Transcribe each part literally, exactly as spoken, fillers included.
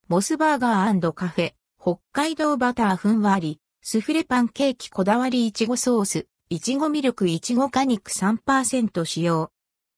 モスバーガー&カフェ、北海道バターふんわり、スフレパンケーキこだわりいちごソース、いちごミルクいちご果肉 さんパーセント 使用。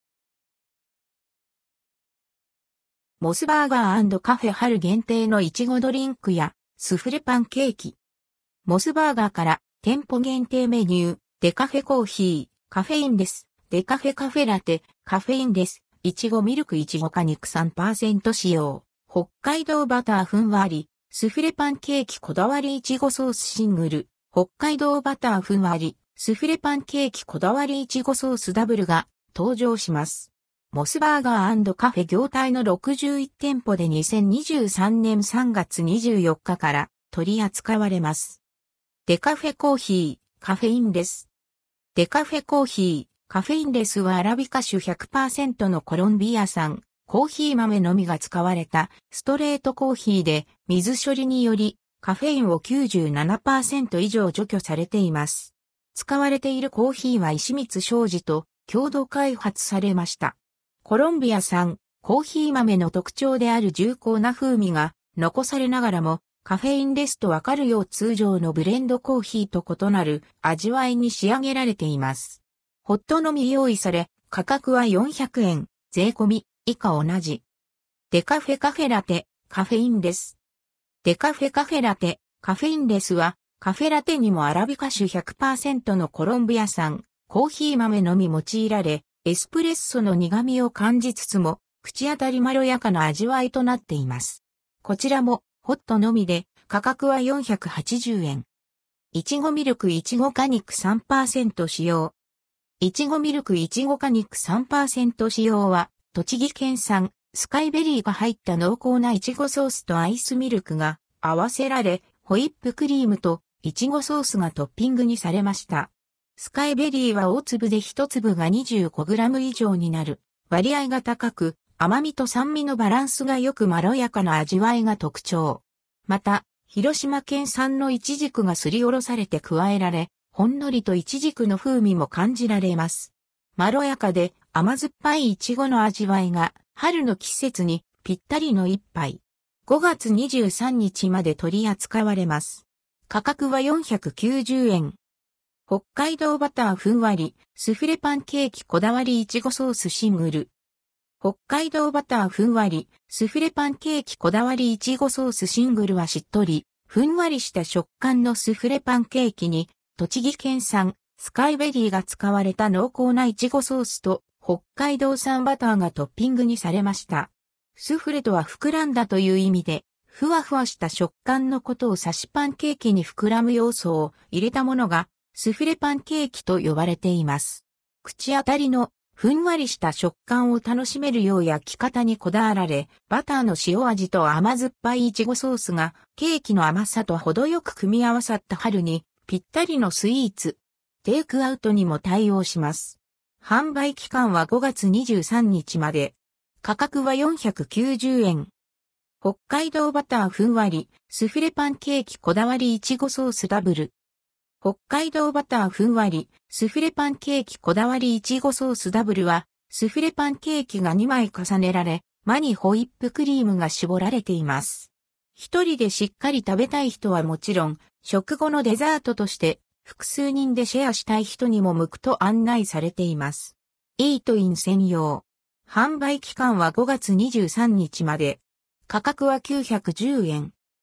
モスバーガー&カフェ春限定のいちごドリンクやスフレパンケーキ。モスバーガーから店舗限定メニュー、デカフェコーヒー、カフェインです。デカフェカフェラテ、カフェインです。いちごミルクいちご果肉 さんパーセント 使用。北海道バターふんわり、スフレパンケーキこだわりいちごソースシングル。北海道バターふんわり、スフレパンケーキこだわりいちごソースダブルが登場します。モスバーガー&カフェ業態のろくじゅういち店舗でにせんにじゅうさんねんさんがつにじゅうよっかから取り扱われます。デカフェコーヒー、カフェインレス。デカフェコーヒー、カフェインレスはアラビカ種 ひゃくパーセント のコロンビア産、コーヒー豆のみが使われたストレートコーヒーで水処理によりカフェインを きゅうじゅうななパーセント 以上除去されています。使われているコーヒーは石光商事と共同開発されました。コロンビア産、コーヒー豆の特徴である重厚な風味が残されながらもカフェインレスとわかるよう通常のブレンドコーヒーと異なる味わいに仕上げられています。ホットのみ用意され、価格はよんひゃくえん、税込み。以下同じ。デカフェカフェラテ、カフェインレス。デカフェカフェラテ、カフェインレスは、カフェラテにもアラビカ種 ひゃくパーセント のコロンビア産、コーヒー豆のみ用いられ、エスプレッソの苦味を感じつつも、口当たりまろやかな味わいとなっています。こちらも、ホットのみで、価格はよんひゃくはちじゅうえん。いちごミルクいちご果肉 さんパーセント 使用。いちごミルクいちご果肉 さんパーセント 使用は、栃木県産スカイベリーが入った濃厚ないちごソースとアイスミルクが合わせられ、ホイップクリームといちごソースがトッピングにされました。スカイベリーは大粒で一粒が にじゅうごグラム 以上になる割合が高く、甘みと酸味のバランスが良くまろやかな味わいが特徴。また、広島県産のイチジクがすりおろされて加えられ、ほんのりとイチジクの風味も感じられます。まろやかで甘酸っぱいイチゴの味わいが春の季節にぴったりの一杯。ごがつにじゅうさんにちまで取り扱われます。価格はよんひゃくきゅうじゅうえん。北海道バターふんわりスフレパンケーキこだわりいちごソースシングル。北海道バターふんわりスフレパンケーキこだわりいちごソースシングルはしっとり、ふんわりした食感のスフレパンケーキに栃木県産スカイベリーが使われた濃厚なイチゴソースと北海道産バターがトッピングにされました。スフレとは膨らんだという意味で、ふわふわした食感のことを指しパンケーキに膨らむ要素を入れたものがスフレパンケーキと呼ばれています。口当たりのふんわりした食感を楽しめるよう焼き方にこだわられ、バターの塩味と甘酸っぱいイチゴソースがケーキの甘さと程よく組み合わさった春にぴったりのスイーツ。テイクアウトにも対応します。販売期間はごがつにじゅうさんにちまで。価格はよんひゃくきゅうじゅうえん。北海道バターふんわり、スフレパンケーキこだわりいちごソースダブル。北海道バターふんわり、スフレパンケーキこだわりいちごソースダブルは、スフレパンケーキがにまい重ねられ、間にホイップクリームが絞られています。一人でしっかり食べたい人はもちろん、食後のデザートとして、複数人でシェアしたい人にも向くと案内されています。イートイン専用。販売期間はごがつにじゅうさんにちまで。価格はきゅうひゃくじゅうえん。